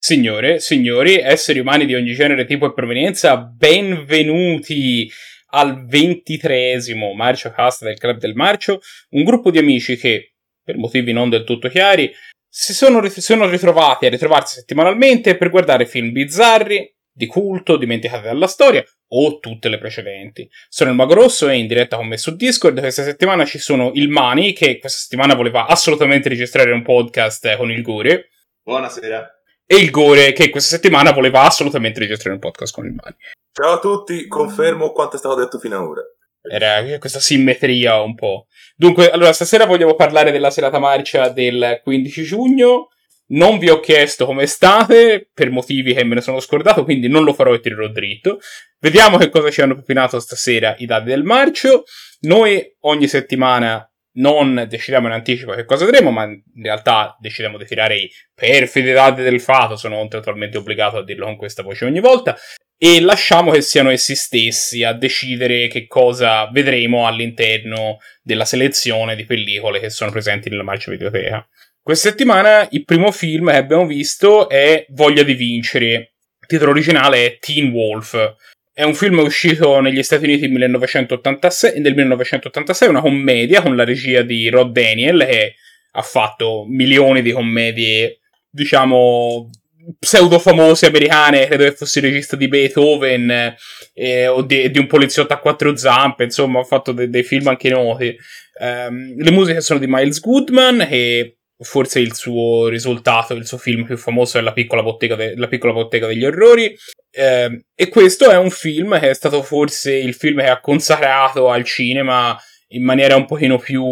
Signore, signori, esseri umani di ogni genere, tipo e provenienza, benvenuti al 23esimo Marcio Cast del Club del Marcio, un gruppo di amici che, per motivi non del tutto chiari, sono ritrovati a ritrovarsi settimanalmente per guardare film bizzarri, di culto, dimenticati dalla storia, o tutte le precedenti. Sono il Mago Rosso e in diretta con me su Discord. Questa settimana ci sono il Mani, che questa settimana voleva assolutamente registrare un podcast con il Gore. Buonasera. E il Gore, che questa settimana voleva assolutamente registrare un podcast con il Mani. Ciao a tutti, confermo quanto è stato detto fino ad ora. Era questa simmetria un po'. Dunque, allora, stasera vogliamo parlare della serata marcia del 15 giugno. Non vi ho chiesto come state, per motivi che me ne sono scordato, quindi non lo farò e tirerò dritto. Vediamo che cosa ci hanno propinato stasera i dati del marcio. Noi ogni settimana non decidiamo in anticipo che cosa vedremo, ma in realtà decidiamo di tirare i perfidi dati del fato. Sono contrattualmente obbligato a dirlo con questa voce ogni volta. E lasciamo che siano essi stessi a decidere che cosa vedremo all'interno della selezione di pellicole che sono presenti nella marcia videoteca. Questa settimana il primo film che abbiamo visto è Voglia di vincere. Il titolo originale è Teen Wolf. È un film uscito negli Stati Uniti nel 1986, una commedia con la regia di Rod Daniel, che ha fatto milioni di commedie, diciamo, pseudo famose americane. Credo che fosse il regista di Beethoven o di un poliziotto a quattro zampe. Insomma, ha fatto dei film anche noti. Le musiche sono di Miles Goodman, che forse il suo risultato, il suo film più famoso è La piccola bottega degli orrori. E questo è un film che è stato forse il film che ha consacrato al cinema in maniera un pochino più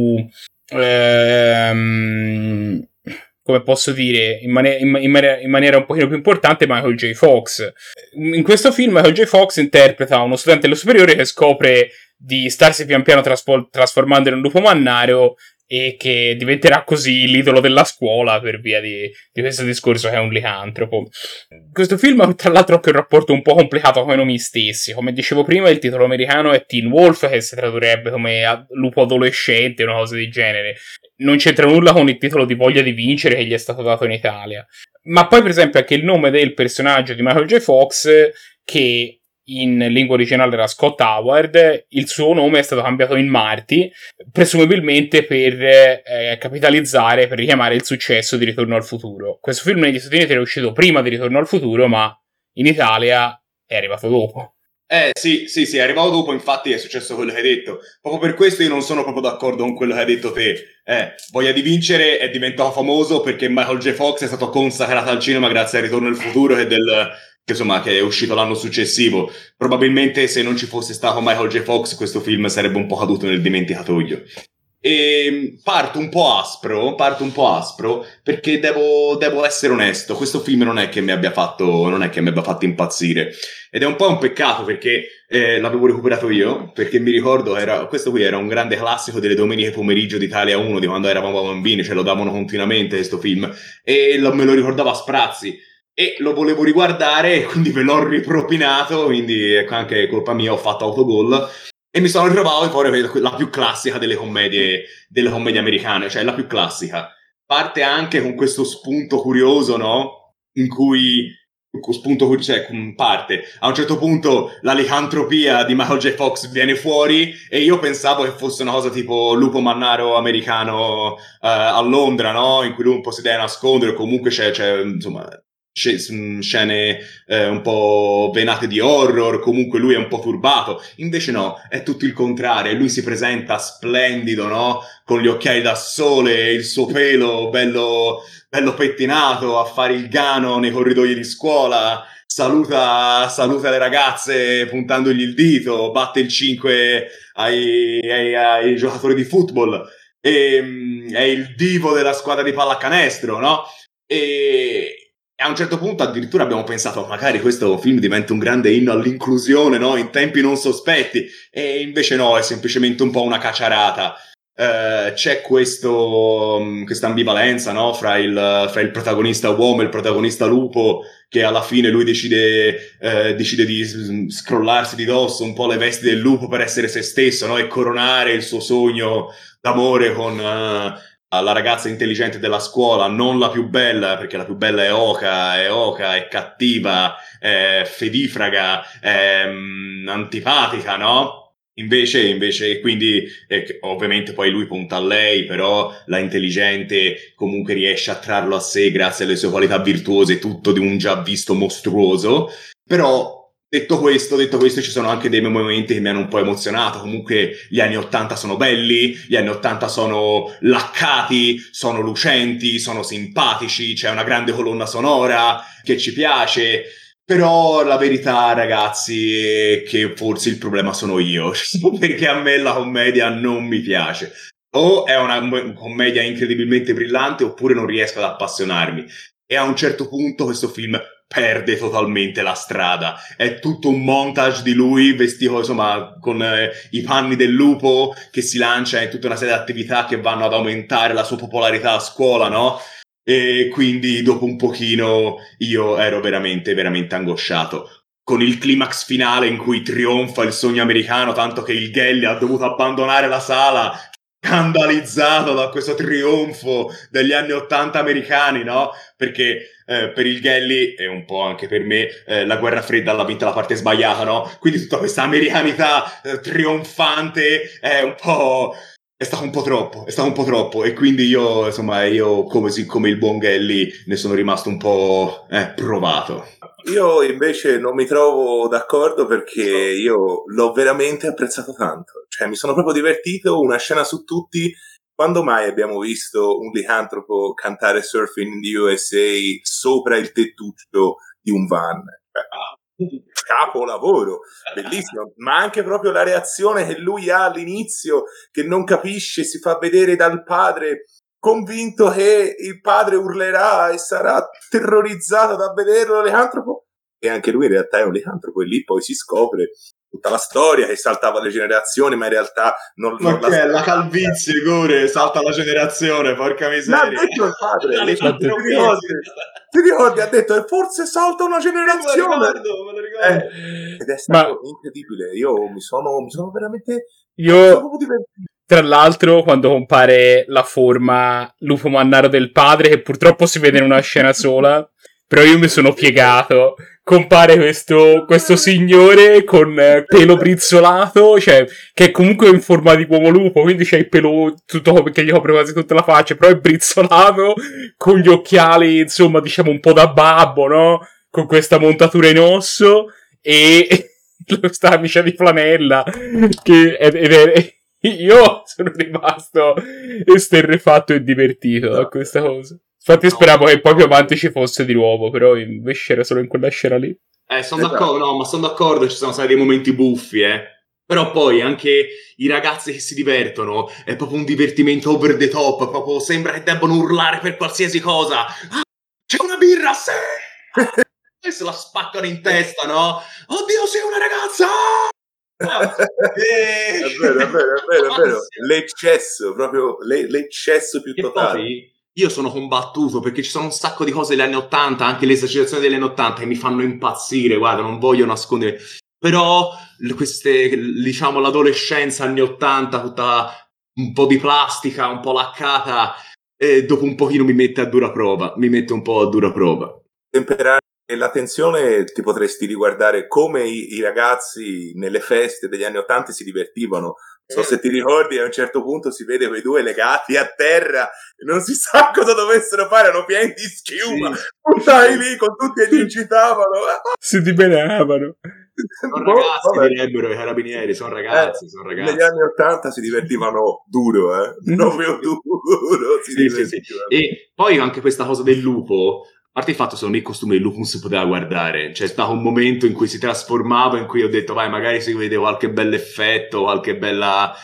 come posso dire, in maniera un pochino più importante, Michael J. Fox. In questo film Michael J. Fox interpreta uno studente alle superiori che scopre di starsi pian piano trasformando in un lupo mannario e che diventerà così l'idolo della scuola per via di questo discorso che è un licantropo. Questo film tra l'altro ha anche un rapporto un po' complicato con i nomi stessi. Come dicevo prima, il titolo americano è Teen Wolf, che si tradurrebbe come lupo adolescente, una cosa del genere. Non c'entra nulla con il titolo di Voglia di vincere che gli è stato dato in Italia. Ma poi per esempio anche il nome del personaggio di Michael J. Fox, che in lingua originale era Scott Howard, il suo nome è stato cambiato in Marty, presumibilmente per capitalizzare, per richiamare il successo di Ritorno al futuro. Questo film negli Stati Uniti era uscito prima di Ritorno al futuro, ma in Italia è arrivato dopo. Sì, è arrivato dopo, infatti è successo quello che hai detto. Proprio per questo io non sono proprio d'accordo con quello che hai detto te. Voglia di vincere è diventato famoso perché Michael J. Fox è stato consacrato al cinema grazie a Ritorno al futuro che è uscito l'anno successivo. Probabilmente se non ci fosse stato Michael J. Fox questo film sarebbe un po' caduto nel dimenticatoio. E parto un po' aspro perché devo essere onesto, questo film non è che mi abbia fatto impazzire, ed è un po' un peccato perché l'avevo recuperato io, perché mi ricordo questo qui era un grande classico delle domeniche pomeriggio di Italia 1 di quando eravamo bambini, ce lo davano continuamente questo film e me lo ricordavo a sprazzi e lo volevo riguardare, quindi me l'ho ripropinato, quindi anche colpa mia, ho fatto autogol. E mi sono ritrovato fuori la più classica delle commedie americane, cioè la più classica. Parte anche con questo spunto curioso, no? Parte. A un certo punto la licantropia di Michael J. Fox viene fuori e io pensavo che fosse una cosa tipo lupo mannaro americano a Londra, no? In cui lui un po' si deve nascondere, o comunque c'è insomma scene un po' venate di horror, comunque lui è un po' turbato. Invece no, è tutto il contrario, lui si presenta splendido, no? Con gli occhiali da sole, il suo pelo bello pettinato, a fare il gano nei corridoi di scuola, saluta le ragazze puntandogli il dito, batte il 5 ai giocatori di football, e è il divo della squadra di pallacanestro, no? E a un certo punto addirittura abbiamo pensato magari questo film diventa un grande inno all'inclusione, no? In tempi non sospetti, e invece no, è semplicemente un po' una cacciarata. C'è questa ambivalenza, no? Fra il protagonista uomo e il protagonista lupo, che alla fine lui decide di scrollarsi di dosso un po' le vesti del lupo per essere se stesso, no? E coronare il suo sogno d'amore con la ragazza intelligente della scuola, non la più bella, perché la più bella è oca, è cattiva, è fedifraga, è antipatica, no? Invece, quindi, ovviamente poi lui punta a lei, però la intelligente comunque riesce a trarlo a sé grazie alle sue qualità virtuose, tutto di un già visto mostruoso. Però, detto questo, ci sono anche dei momenti che mi hanno un po' emozionato. Comunque gli anni 80 sono belli, gli anni 80 sono laccati, sono lucenti, sono simpatici, c'è una grande colonna sonora che ci piace. Però la verità, ragazzi, è che forse il problema sono io, perché a me la commedia non mi piace. O è una commedia incredibilmente brillante, oppure non riesco ad appassionarmi. E a un certo punto questo film perde totalmente la strada. È tutto un montage di lui vestito, insomma, con i panni del lupo, che si lancia in tutta una serie di attività che vanno ad aumentare la sua popolarità a scuola, no? E quindi dopo un pochino io ero veramente, veramente angosciato. Con il climax finale in cui trionfa il sogno americano, tanto che il Gelli ha dovuto abbandonare la sala, scandalizzato da questo trionfo degli anni 80 americani, no? Perché per il Gelli, e un po' anche per me, la guerra fredda l'ha vinta la parte sbagliata, no? Quindi tutta questa americanità trionfante è un po'... È stato un po' troppo, e quindi io, insomma, come il buon Gelli, ne sono rimasto un po' provato. Io invece non mi trovo d'accordo, perché io l'ho veramente apprezzato tanto. Cioè, mi sono proprio divertito, una scena su tutti. Quando mai abbiamo visto un licantropo cantare Surfing in the USA sopra il tettuccio di un van? Capolavoro, bellissimo. Ma anche proprio la reazione che lui ha all'inizio, che non capisce, si fa vedere dal padre, convinto che il padre urlerà e sarà terrorizzato da vederlo licantropo, e anche lui in realtà è un licantropo, e lì poi si scopre tutta la storia che saltava le generazioni, ma in realtà non che è la calvizie, gore, salta la generazione, porca miseria. Ma ha detto il padre, ti ricordi? Ha detto, e forse salta una generazione. Me lo ricordo. Ed è stato incredibile. Io mi sono veramente proprio divertito. Tra l'altro, quando compare la forma lupo mannaro del padre, che purtroppo si vede in una scena sola, però io mi sono piegato. Compare questo signore con pelo brizzolato, cioè, che è comunque in forma di uomo lupo, quindi c'è il pelo tutto che gli copre quasi tutta la faccia, però è brizzolato, con gli occhiali, insomma, diciamo un po' da babbo, no? Con questa montatura in osso, e questa camicia di flanella, io sono rimasto esterrefatto e divertito da questa cosa. Infatti speravo che poi più avanti ci fosse di nuovo, però invece era solo in quella scena lì. Sono d'accordo, ci sono stati dei momenti buffi, Però poi anche i ragazzi che si divertono, è proprio un divertimento over the top, proprio sembra che debbano urlare per qualsiasi cosa. Ah, c'è una birra, sì! E se la spaccano in testa, no? Oddio, sei una ragazza! È vero. L'eccesso, proprio l'eccesso più totale. Poi io sono combattuto, perché ci sono un sacco di cose degli anni 80, anche le esagerazioni degli anni 80, che mi fanno impazzire, guarda, non voglio nascondere. Però queste, diciamo, l'adolescenza anni 80, tutta un po' di plastica, un po' laccata, dopo un pochino mi mette un po' a dura prova. Temperare la tensione, ti potresti riguardare come i ragazzi nelle feste degli anni 80 si divertivano. So se ti ricordi, a un certo punto si vede quei due legati a terra e non si sa cosa dovessero fare, erano pieni di schiuma, stai lì con tutti e gli incitavano, si dimenavano. Sono ragazzi, direbbero i carabinieri, sono ragazzi. Negli anni 80 si divertivano duro, proprio duro. Sì. E poi anche questa cosa del lupo, a parte il fatto che secondo me il costume del lupo non si poteva guardare, c'è stato un momento in cui si trasformava, in cui ho detto vai, magari si vede qualche bell'effetto, qualche bella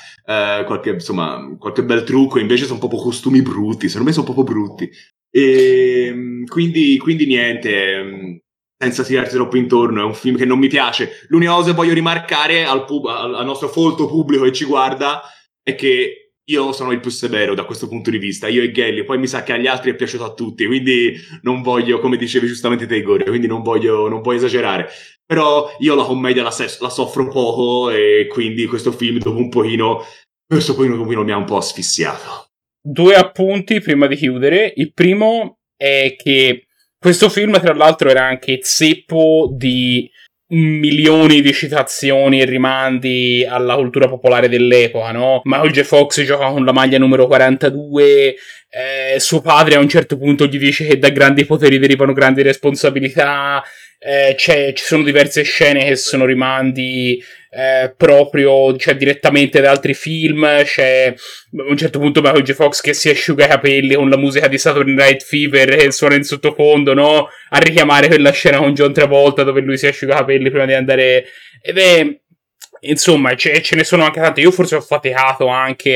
qualche bel trucco, invece sono proprio costumi brutti, secondo me sono proprio brutti, e quindi niente, senza tirarsi troppo intorno, è un film che non mi piace. L'unica cosa che voglio rimarcare al nostro folto pubblico che ci guarda è che io sono il più severo da questo punto di vista, io e Gelli, poi mi sa che agli altri è piaciuto a tutti, quindi non voglio, come dicevi giustamente te Igor, quindi non voglio esagerare, però io la commedia la soffro poco, e quindi questo film dopo un pochino mi ha un po' asfissiato. 2 appunti prima di chiudere. Il primo è che questo film, tra l'altro, era anche zeppo di milioni di citazioni e rimandi alla cultura popolare dell'epoca, no? Michael J. Fox gioca con la maglia numero 42, suo padre a un certo punto gli dice che da grandi poteri derivano grandi responsabilità, ci sono diverse scene che sono rimandi proprio, cioè, direttamente da altri film. C'è a un certo punto Michael J. Fox che si asciuga i capelli con la musica di Saturday Night Fever che suona in sottofondo, no? A richiamare quella scena con John Travolta dove lui si asciuga i capelli prima di andare, ed è, insomma, ce ne sono anche tante. Io forse ho faticato anche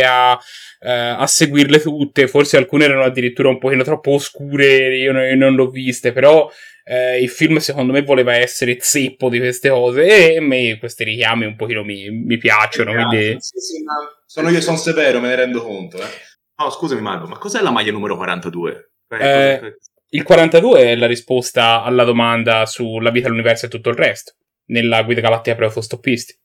a seguirle tutte, forse alcune erano addirittura un pochino troppo oscure, io non l'ho viste, però il film secondo me voleva essere zeppo di queste cose, e a me questi richiami un pochino mi piacciono, quindi... Sì, ma io sono severo, me ne rendo conto. No, scusami Marco, ma cos'è la maglia numero 42? Il 42 è la risposta alla domanda sulla vita, l'universo e tutto il resto, nella Guida Galattica per autostoppisti.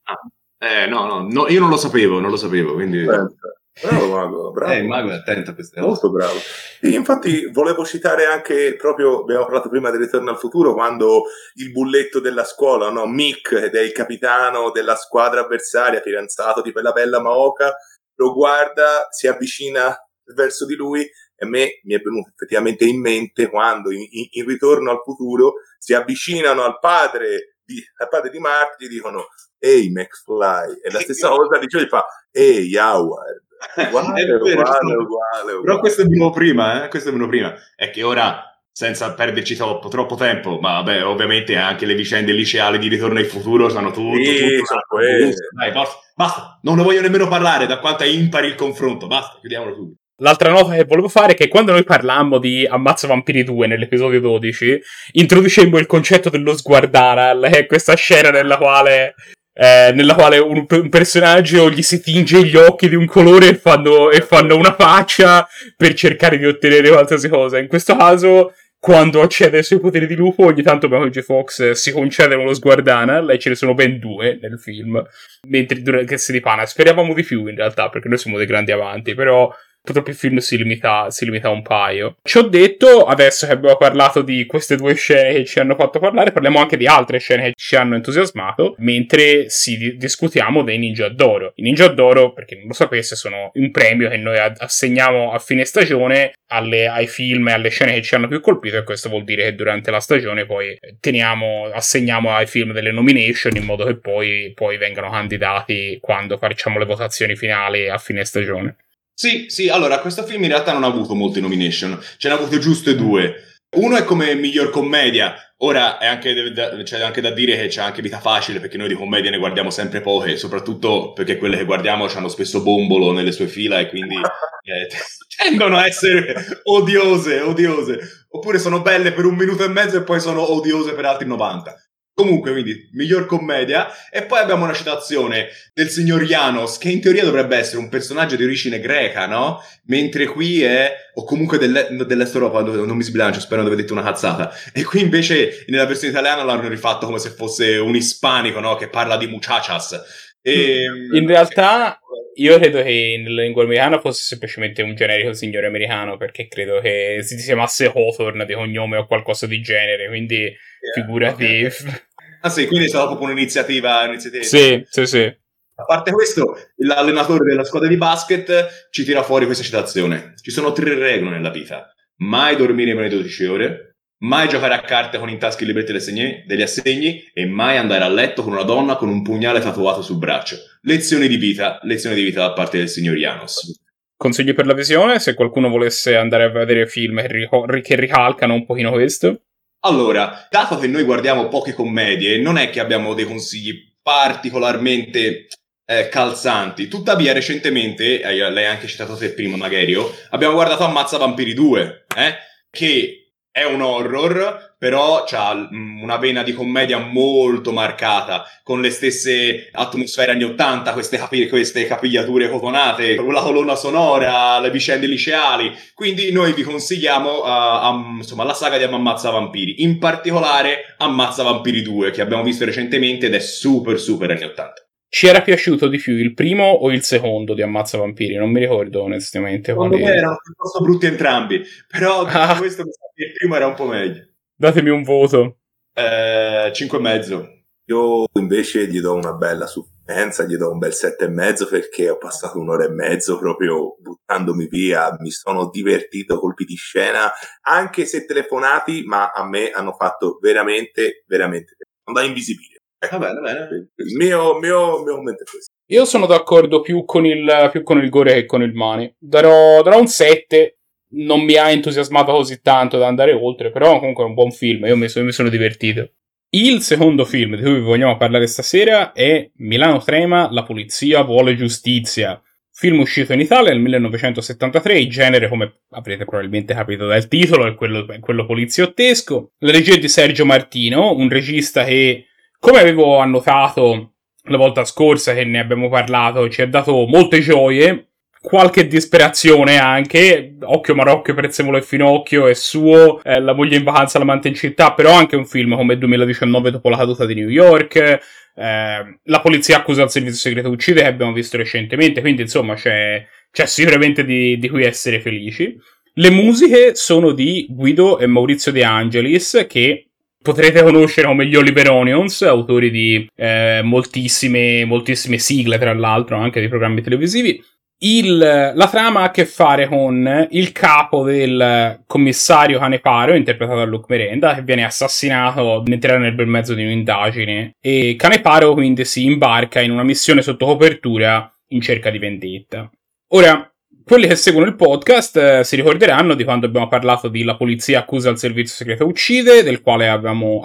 No, io non lo sapevo, quindi... Bravo Mago, bravo. Mago è attento a queste cose. Molto bravo. E infatti volevo citare anche, proprio, abbiamo parlato prima del Ritorno al futuro, quando il bulletto della scuola, no? Mick, ed è il capitano della squadra avversaria, fidanzato di quella bella Maoka, lo guarda, si avvicina verso di lui, e a me mi è venuto effettivamente in mente quando in Ritorno al futuro si avvicinano al padre di Marty, gli dicono "Ehi McFly", e la stessa cosa dice, gli fa "Ehi Howard". Uguale. Però questo è venuto prima, è che ora, senza perderci troppo tempo, ma vabbè, ovviamente anche le vicende liceali di Ritorno al futuro sono tutto dai, basta, non ne voglio nemmeno parlare, da quanto è impari il confronto, basta, chiudiamolo subito. L'altra nota che volevo fare è che quando noi parlammo di Ammazza Vampiri 2 nell'episodio 12, introducemmo il concetto dello sguardanal, che è questa scena nella quale un personaggio gli si tinge gli occhi di un colore e fanno una faccia per cercare di ottenere qualsiasi cosa. In questo caso, quando accede ai suoi poteri di lupo, ogni tanto Michael J. Fox si concede uno sguardanal, e ce ne sono ben 2 nel film, mentre che si dipana. Speravamo di più in realtà, perché noi siamo dei grandi avanti, però purtroppo il film si limita a un paio. Ci ho detto, adesso che abbiamo parlato di queste 2 scene che ci hanno fatto parlare, parliamo anche di altre scene che ci hanno entusiasmato, mentre discutiamo dei Ninja d'Oro. I Ninja d'Oro, per chi non lo sapesse, sono un premio che noi assegniamo a fine stagione ai film e alle scene che ci hanno più colpito, e questo vuol dire che durante la stagione poi assegniamo ai film delle nomination, in modo che poi vengano candidati quando facciamo le votazioni finali a fine stagione. Sì, allora, questo film in realtà non ha avuto molte nomination, ce ne ha avute giuste 2. Uno è come miglior commedia, ora c'è anche da dire che c'è anche Vita Facile, perché noi di commedie ne guardiamo sempre poche, soprattutto perché quelle che guardiamo hanno spesso Bombolo nelle sue fila, e quindi tendono a essere odiose, oppure sono belle per 1 minuto e mezzo e poi sono odiose per altri 90. Comunque, quindi, miglior commedia. E poi abbiamo una citazione del signor Janos, che in teoria dovrebbe essere un personaggio di origine greca, no? Mentre qui o comunque dell'Est Europa, non mi sbilancio, spero non avete detto una cazzata. E qui invece, nella versione italiana, l'hanno rifatto come se fosse un ispanico, no? Che parla di muchachas. In realtà, io credo che nella lingua americana fosse semplicemente un generico signore americano, perché credo che si chiamasse Hawthorne di cognome o qualcosa di genere, quindi figurati... Okay. Ah sì, quindi è stata proprio un'iniziativa. Sì. A parte questo, l'allenatore della squadra di basket ci tira fuori questa citazione. Ci sono 3 regole nella vita: mai dormire meno di 12 ore, mai giocare a carte con in tasca i libretti degli assegni, e mai andare a letto con una donna con un pugnale tatuato sul braccio. Lezioni di vita da parte del signor Janos. Consigli per la visione, se qualcuno volesse andare a vedere film che ricalcano un pochino questo? Allora, dato che noi guardiamo poche commedie, non è che abbiamo dei consigli particolarmente calzanti. Tuttavia, recentemente, l'hai anche citato te prima, Magherio, abbiamo guardato Ammazza Vampiri 2, che è un horror, però c'ha una vena di commedia molto marcata, con le stesse atmosfere anni 80, queste capigliature cotonate, la colonna sonora, le vicende liceali. Quindi noi vi consigliamo la saga di Ammazza Vampiri, in particolare Ammazza Vampiri 2, che abbiamo visto recentemente ed è super anni 80. Ci era piaciuto di più il primo o il secondo di Ammazza Vampiri? Non mi ricordo onestamente. Secondo me erano piuttosto brutti entrambi, però questo mi sa che il primo era un po' meglio. Datemi un voto. 5,5. Io invece gli do una bella sufficienza, gli do un bel 7,5 perché ho passato 1 ora e mezzo proprio buttandomi via, mi sono divertito, colpi di scena, anche se telefonati, ma a me hanno fatto veramente, veramente da invisibile. Va bene. Il mio commento è questo. Io sono d'accordo più con il gore che con il money. Darò un 7. Non mi ha entusiasmato così tanto da andare oltre, però comunque è un buon film. Io mi sono divertito. Il secondo film di cui vi vogliamo parlare stasera è Milano trema, la polizia vuole giustizia. Film uscito in Italia nel 1973, il genere, come avrete probabilmente capito dal titolo, è quello poliziottesco. La regia è di Sergio Martino, un regista che, come avevo annotato la volta scorsa che ne abbiamo parlato, ci ha dato molte gioie, qualche disperazione anche. Occhio Marocchio, Prezzemolo e Finocchio è suo, La moglie in vacanza, l'amante in città, però anche un film come 2019 dopo la caduta di New York, La polizia accusa il servizio segreto uccide, che abbiamo visto recentemente, quindi insomma c'è sicuramente di cui essere felici. Le musiche sono di Guido e Maurizio De Angelis, che potrete conoscere come gli Oliver Onions, autori di moltissime sigle, tra l'altro, anche di programmi televisivi. La trama ha a che fare con il capo del commissario Caneparo, interpretato da Luc Merenda, che viene assassinato mentre era nel bel mezzo di un'indagine, e Caneparo quindi si imbarca in una missione sotto copertura in cerca di vendetta. Ora, quelli che seguono il podcast si ricorderanno di quando abbiamo parlato di La polizia accusa il servizio segreto uccide, del quale abbiamo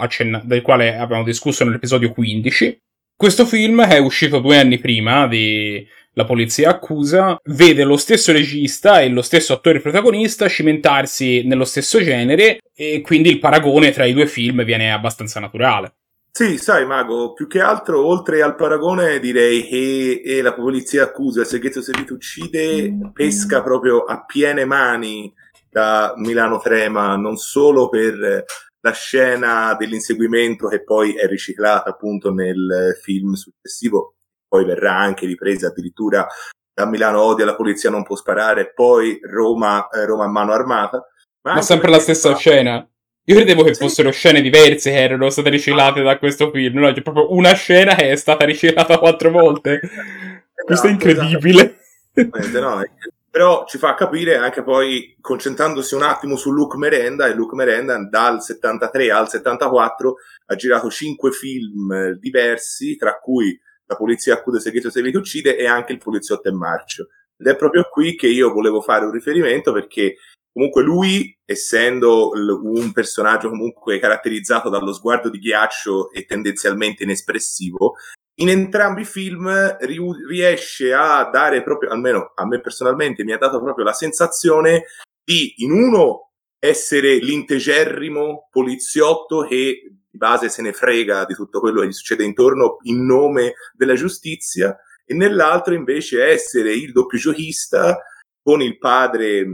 discusso nell'episodio 15. Questo film, che è uscito 2 anni prima di La polizia accusa, vede lo stesso regista e lo stesso attore protagonista cimentarsi nello stesso genere, e quindi il paragone tra i due film viene abbastanza naturale. Sì, sai Mago, più che altro oltre al paragone direi che La polizia accusa il segreto uccide pesca proprio a piene mani da Milano trema, non solo per la scena dell'inseguimento che poi è riciclata appunto nel film successivo, poi verrà anche ripresa addirittura da Milano odia, la polizia non può sparare, poi Roma a mano armata. Ma sempre la stessa scena? Io credevo che fossero scene diverse che erano state riciclate da questo film, no? C'è proprio una scena che è stata riciclata 4 volte. Questo è incredibile. No, però ci fa capire anche poi, concentrandosi un attimo su Luc Merenda, e Luc Merenda dal 73 al 74 ha girato 5 film diversi, tra cui La polizia accusa il segreto che uccide e anche Il poliziotto in marcio. Ed è proprio qui che io volevo fare un riferimento, perché comunque lui, essendo un personaggio comunque caratterizzato dallo sguardo di ghiaccio e tendenzialmente inespressivo, in entrambi i film riesce a dare proprio, almeno a me personalmente, mi ha dato proprio la sensazione di, in uno, essere l'integerrimo poliziotto che di base se ne frega di tutto quello che gli succede intorno in nome della giustizia, e nell'altro invece essere il doppio giochista con il padre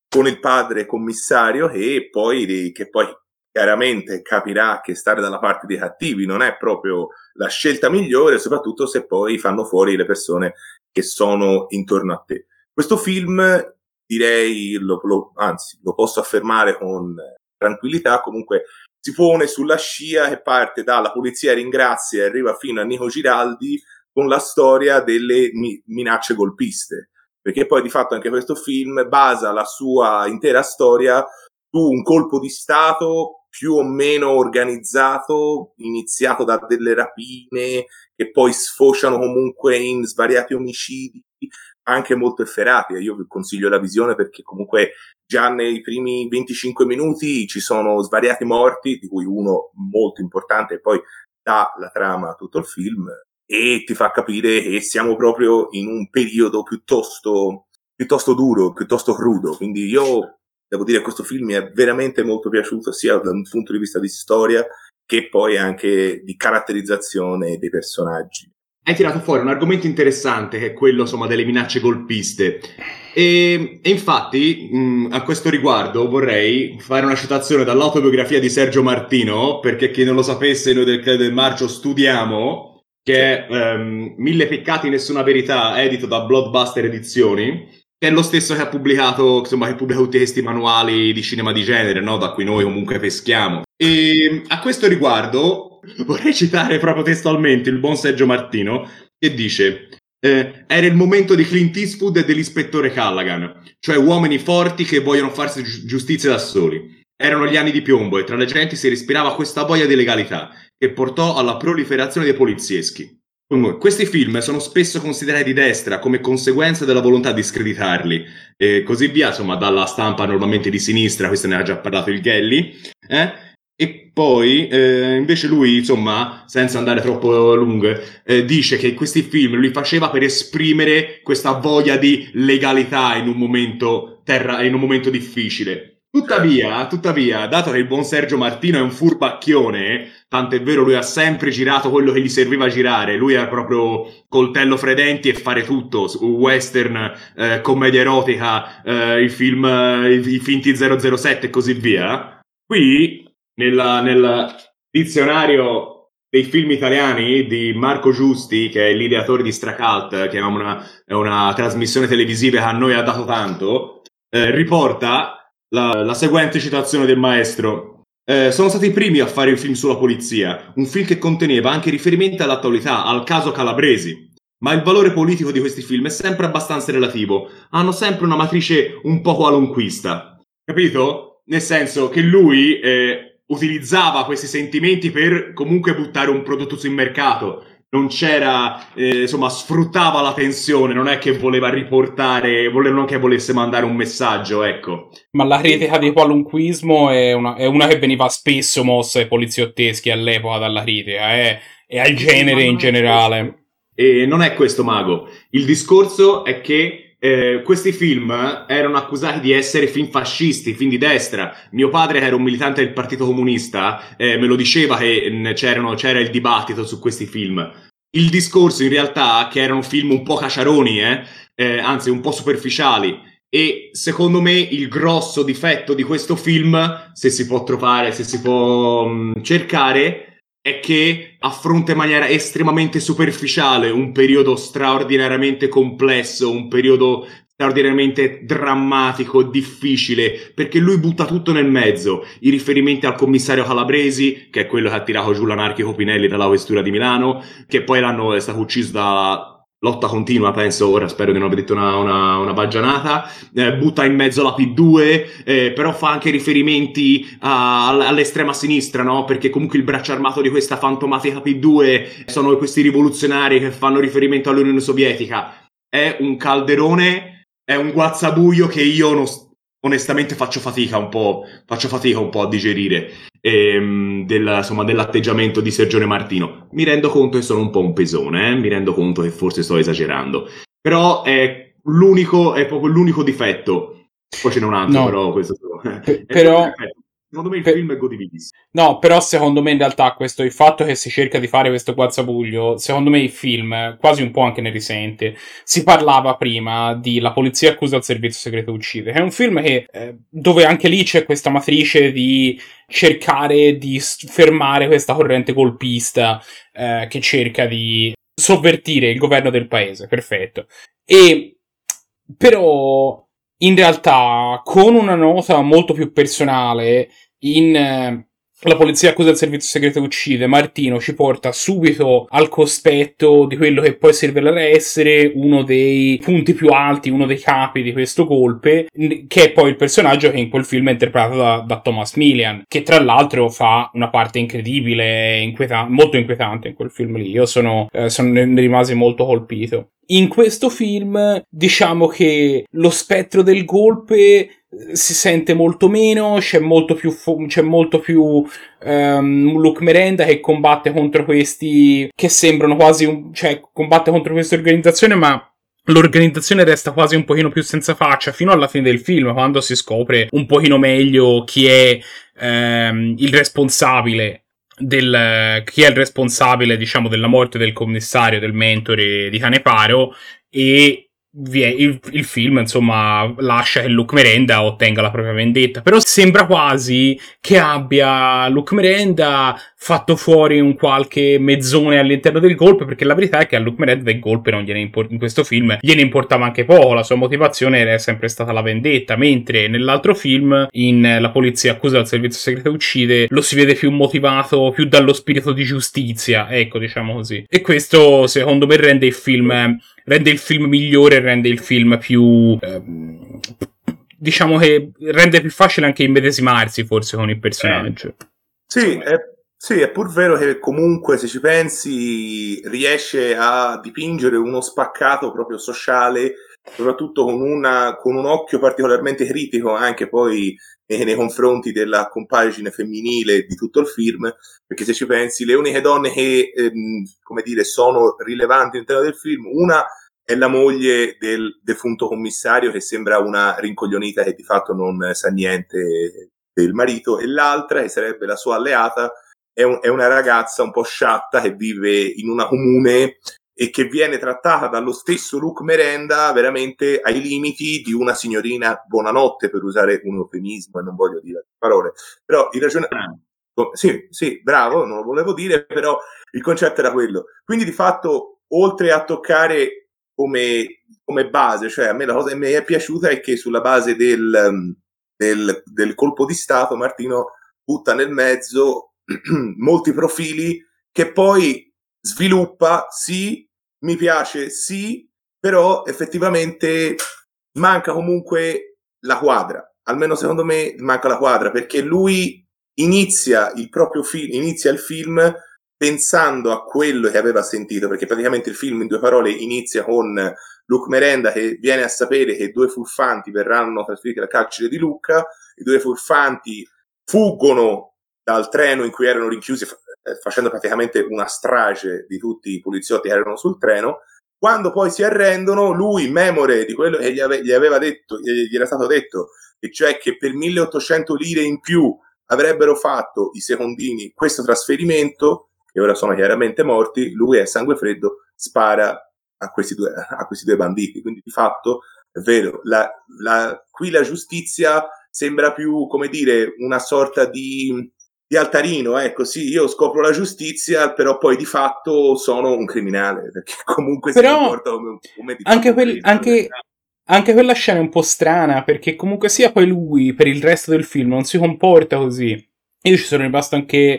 commissario, che poi chiaramente capirà che stare dalla parte dei cattivi non è proprio la scelta migliore, soprattutto se poi fanno fuori le persone che sono intorno a te. Questo film, direi, anzi, lo posso affermare con tranquillità, comunque si pone sulla scia che parte dalla polizia ringrazia e arriva fino a Nico Giraldi con la storia delle minacce golpiste, perché poi di fatto anche questo film basa la sua intera storia su un colpo di stato più o meno organizzato, iniziato da delle rapine che poi sfociano comunque in svariati omicidi, anche molto efferati. Io vi consiglio la visione perché comunque già nei primi 25 minuti ci sono svariati morti, di cui uno molto importante, e poi dà la trama a tutto il film e ti fa capire che siamo proprio in un periodo piuttosto duro, piuttosto crudo. Quindi io devo dire che questo film mi è veramente molto piaciuto, sia da un punto di vista di storia che poi anche di caratterizzazione dei personaggi. Hai tirato fuori un argomento interessante, che è quello, insomma, delle minacce golpiste. E infatti, a questo riguardo, vorrei fare una citazione dall'autobiografia di Sergio Martino, perché chi non lo sapesse, noi del Credo del Marcio studiamo, che è 1000 peccati nessuna verità, edito da Blockbuster Edizioni, che è lo stesso che ha pubblicato, insomma, che pubblica tutti questi manuali di cinema di genere, no? Da cui noi comunque peschiamo. E a questo riguardo vorrei citare proprio testualmente il buon Sergio Martino, che dice: era il momento di Clint Eastwood e dell'ispettore Callaghan, cioè uomini forti che vogliono farsi giustizia da soli. Erano gli anni di piombo e tra le genti si respirava questa voglia di legalità che portò alla proliferazione dei polizieschi. Comunque, questi film sono spesso considerati di destra come conseguenza della volontà di screditarli e così via, insomma, dalla stampa normalmente di sinistra, questo ne ha già parlato il Gelli, E poi invece lui, insomma, senza andare troppo lungo, dice che questi film lui faceva per esprimere questa voglia di legalità in un momento difficile. Tuttavia, dato che il buon Sergio Martino è un furbacchione, tant'è vero lui ha sempre girato quello che gli serviva a girare, lui era proprio coltello fra i denti e fare tutto, western, commedia erotica, i finti 007 e così via. Qui, nel dizionario dei film italiani di Marco Giusti, che è l'ideatore di Stracult, che è una trasmissione televisiva che a noi ha dato tanto, riporta la seguente citazione del maestro: sono stati i primi a fare un film sulla polizia, un film che conteneva anche riferimenti all'attualità, al caso Calabresi. Ma il valore politico di questi film è sempre abbastanza relativo, hanno sempre una matrice un po' qualunquista, capito? Nel senso che lui utilizzava questi sentimenti per comunque buttare un prodotto sul mercato. Non c'era, insomma, sfruttava la tensione, non è che voleva riportare, non che volesse mandare un messaggio, ecco. Ma la critica di qualunquismo è una che veniva spesso mossa ai poliziotteschi all'epoca dalla critica, e al genere in generale. E non è questo, Mago. Il discorso è che questi film erano accusati di essere film fascisti, film di destra. Mio padre, che era un militante del Partito Comunista, me lo diceva che c'era il dibattito su questi film. Il discorso in realtà che erano film un po' caciaroni, anzi un po' superficiali. E secondo me il grosso difetto di questo film, se si può trovare, se si può cercare, è che affronta in maniera estremamente superficiale un periodo straordinariamente complesso, un periodo straordinariamente drammatico, difficile, perché lui butta tutto nel mezzo, i riferimenti al commissario Calabresi, che è quello che ha tirato giù l'anarchico Pinelli dalla questura di Milano, che poi è stato ucciso da lotta continua, penso, ora spero di non aver detto una baggianata, butta in mezzo la P2, però fa anche riferimenti all'estrema sinistra, no? Perché comunque il braccio armato di questa fantomatica P2 sono questi rivoluzionari che fanno riferimento all'Unione Sovietica. È un calderone, è un guazzabuio che io onestamente faccio fatica un po' a digerire, dell'atteggiamento di Sergione Martino. Mi rendo conto che sono un po' un pesone, mi rendo conto che forse sto esagerando, però è proprio l'unico difetto. Poi ce n'è un altro, no, però questo però secondo me il film è godibilissimo. No, però secondo me in realtà il fatto che si cerca di fare questo guazzabuglio, secondo me il film quasi un po' anche ne risente. Si parlava prima di La polizia accusa il servizio segreto uccide, che è un film che dove anche lì c'è questa matrice di cercare di fermare questa corrente golpista che cerca di sovvertire il governo del paese, perfetto. E però in realtà con una nota molto più personale La polizia accusa il servizio segreto uccide, Martino ci porta subito al cospetto di quello che poi servirà a essere uno dei punti più alti, uno dei capi di questo golpe, che è poi il personaggio che in quel film è interpretato da Thomas Milian, che tra l'altro fa una parte incredibile, molto inquietante in quel film lì. Io ne rimasi molto colpito. In questo film diciamo che lo spettro del golpe si sente molto meno, c'è molto più Luc Merenda che combatte contro questi che sembrano quasi combatte contro questa organizzazione, ma l'organizzazione resta quasi un pochino più senza faccia fino alla fine del film, quando si scopre un pochino meglio chi è il responsabile diciamo della morte del commissario, del mentore di Caneparo, e il film, insomma, lascia che Luke Merenda ottenga la propria vendetta. Però sembra quasi che abbia Luke Merenda fatto fuori un qualche mezzone all'interno del golpe, perché la verità è che a Luke Merenda del golpe non gliene in questo film gliene importava anche poco. La sua motivazione era sempre stata la vendetta, mentre nell'altro film, in La polizia accusa, il servizio segreto uccide, lo si vede più motivato più dallo spirito di giustizia, ecco, diciamo così. E questo secondo me rende il film migliore, rende il film più diciamo che rende più facile anche immedesimarsi forse con il personaggio. Sì, è pur vero che comunque, se ci pensi, riesce a dipingere uno spaccato proprio sociale, soprattutto con un occhio particolarmente critico anche poi nei confronti della compagine femminile di tutto il film, perché se ci pensi, le uniche donne che, come dire, sono rilevanti all'interno del film, una è la moglie del defunto commissario, che sembra una rincoglionita che di fatto non sa niente del marito, e l'altra, che sarebbe la sua alleata, è una ragazza un po' sciatta che vive in una comune e che viene trattata dallo stesso Luke Merenda veramente ai limiti di una signorina buonanotte, per usare un eufemismo, e non voglio dire parole, però in ragione... Sì, bravo, non lo volevo dire, però il concetto era quello. Quindi di fatto, oltre a toccare come base, cioè a me la cosa che mi è piaciuta è che sulla base del colpo di Stato Martino butta nel mezzo molti profili che poi sviluppa, sì, mi piace, sì, però effettivamente manca comunque la quadra, almeno secondo me manca la quadra, perché lui inizia il film pensando a quello che aveva sentito, perché praticamente il film, in due parole, inizia con Luke Merenda che viene a sapere che 2 furfanti verranno trasferiti al carcere di Lucca, i 2 furfanti fuggono dal treno in cui erano rinchiusi, facendo praticamente una strage di tutti i poliziotti che erano sul treno. Quando poi si arrendono, lui, memore di quello che gli aveva detto, gli era stato detto, e cioè che per 1800 lire in più avrebbero fatto i secondini questo trasferimento, che ora sono chiaramente morti, lui a sangue freddo spara a questi due banditi. Quindi di fatto è vero, qui la giustizia sembra più, come dire, una sorta di altarino, ecco, sì, io scopro la giustizia, però poi di fatto sono un criminale, perché comunque però si comporta come anche quella scena è un po' strana, perché comunque sia poi lui per il resto del film non si comporta così. Io ci sono rimasto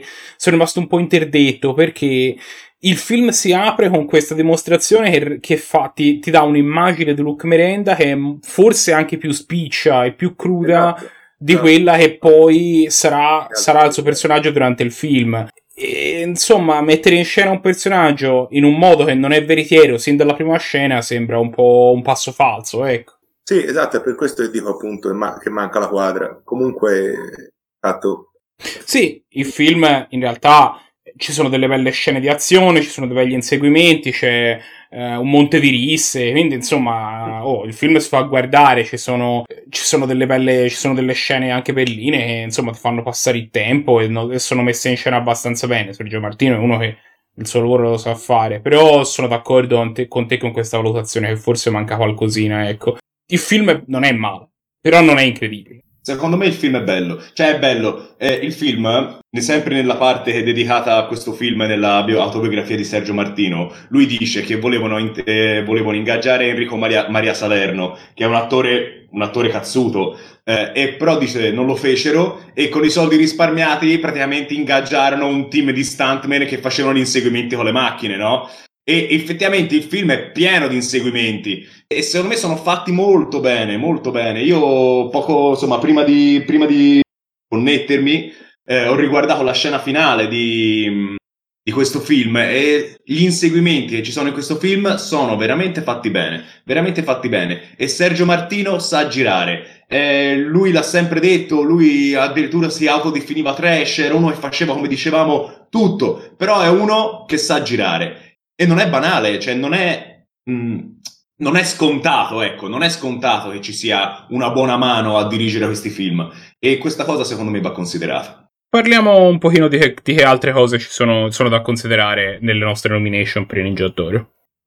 un po' interdetto, perché il film si apre con questa dimostrazione che ti dà un'immagine di Luke Merenda che è forse anche più spiccia e più cruda, esatto, di quella che poi sarà il suo personaggio durante il film. E, insomma, mettere in scena un personaggio in un modo che non è veritiero sin dalla prima scena sembra un po' un passo falso, ecco. Sì, esatto, è per questo che dico appunto che manca la quadra. Comunque, fatto. Sì, il film in realtà ci sono delle belle scene di azione, ci sono dei belli inseguimenti, c'è un monte di risse, quindi insomma il film si fa a guardare, ci sono delle scene anche belline che insomma ti fanno passare il tempo e sono messe in scena abbastanza bene. Sergio Martino è uno che il suo lavoro lo sa fare, però sono d'accordo con te con questa valutazione che forse manca qualcosina, ecco. Il film non è male, però non è incredibile. Secondo me il film è bello, cioè è bello, il film, sempre nella parte dedicata a questo film, nella autobiografia di Sergio Martino, lui dice che volevano ingaggiare Enrico Maria Salerno, che è un attore cazzuto, e però dice non lo fecero, e con i soldi risparmiati praticamente ingaggiarono un team di stuntmen che facevano gli inseguimenti con le macchine, no? E effettivamente il film è pieno di inseguimenti e secondo me sono fatti molto bene, molto bene. Io prima di connettermi ho riguardato la scena finale di questo film e gli inseguimenti che ci sono in questo film sono veramente fatti bene e Sergio Martino sa girare. Lui l'ha sempre detto, lui addirittura si autodefiniva trash, era uno che faceva, come dicevamo, tutto, però è uno che sa girare. E non è banale, cioè non è scontato, ecco, non è scontato che ci sia una buona mano a dirigere questi film. E questa cosa secondo me va considerata. Parliamo un pochino di che altre cose sono da considerare nelle nostre nomination per il Ninja d'Oro.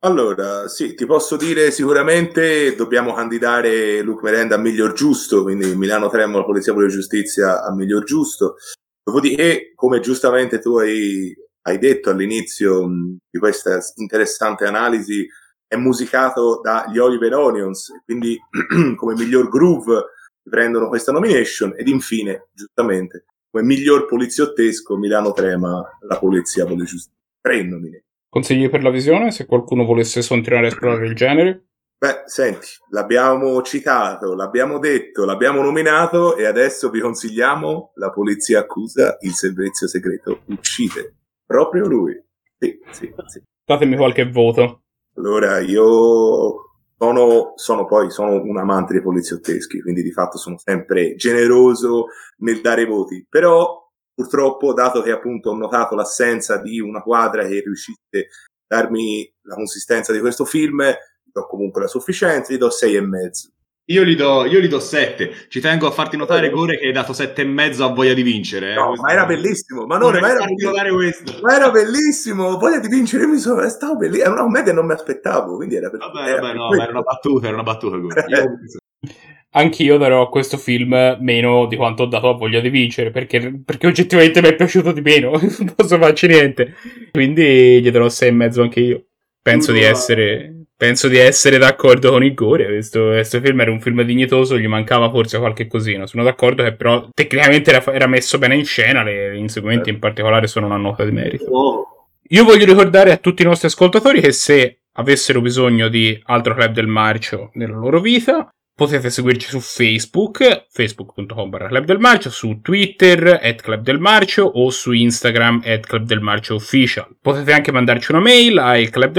Allora, sì, ti posso dire sicuramente dobbiamo candidare Luc Merenda a miglior giusto, quindi Milano Tremo, la Polizia di Giustizia a miglior giusto. Dopodiché, come giustamente tu hai detto all'inizio di questa interessante analisi, è musicato dagli Oliver Onions, quindi come miglior groove prendono questa nomination, ed infine, giustamente, come miglior poliziottesco Milano Trema, la Polizia di Giustizia. 3 nomination. Consigli per la visione, se qualcuno volesse continuare a esplorare il genere? Beh, senti, l'abbiamo citato, l'abbiamo detto, l'abbiamo nominato e adesso vi consigliamo La polizia accusa, il servizio segreto uccide. Proprio lui. Sì. Datemi qualche voto. Allora, io sono un amante dei poliziotteschi, quindi di fatto sono sempre generoso nel dare voti, però purtroppo, dato che appunto ho notato l'assenza di una quadra che riuscisse a darmi la consistenza di questo film, do comunque la sufficienza, gli do 6,5. Io gli do 7. Ci tengo a farti notare, Gore, che hai dato 7,5 a Voglia di vincere. No, ma era bellissimo. Ma era bellissimo. Voglia di vincere, è stato bellissimo. È una commedia che non mi aspettavo. Quindi era Vabbè, no, era una battuta. Anch'io darò a questo film meno di quanto ho dato a Voglia di vincere, perché oggettivamente mi è piaciuto di meno. Non posso farci niente. Quindi gli darò 6,5 anche io. Penso di essere d'accordo con il Gore. Questo film era un film dignitoso, gli mancava forse qualche cosina. Sono d'accordo che però tecnicamente era messo bene in scena, le inseguimenti in particolare sono una nota di merito. Io voglio ricordare a tutti i nostri ascoltatori che se avessero bisogno di altro Club del Marcio nella loro vita, potete seguirci su Facebook, facebook.com/Club del Marcio, su Twitter, @Club o su Instagram, @Club del Marcio Official. Potete anche mandarci una mail a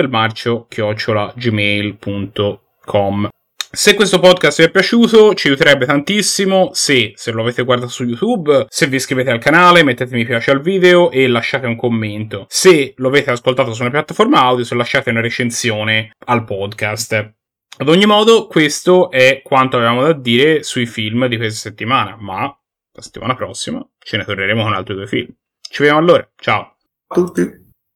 ilclubdelmarcio@gmail.com. Se questo podcast vi è piaciuto, ci aiuterebbe tantissimo se lo avete guardato su YouTube, se vi iscrivete al canale, mettete mi piace al video e lasciate un commento. Se lo avete ascoltato su una piattaforma audio, se lasciate una recensione al podcast. Ad ogni modo, questo è quanto avevamo da dire sui film di questa settimana, ma la settimana prossima ce ne torneremo con altri 2 film. Ci vediamo allora, ciao! A tutti!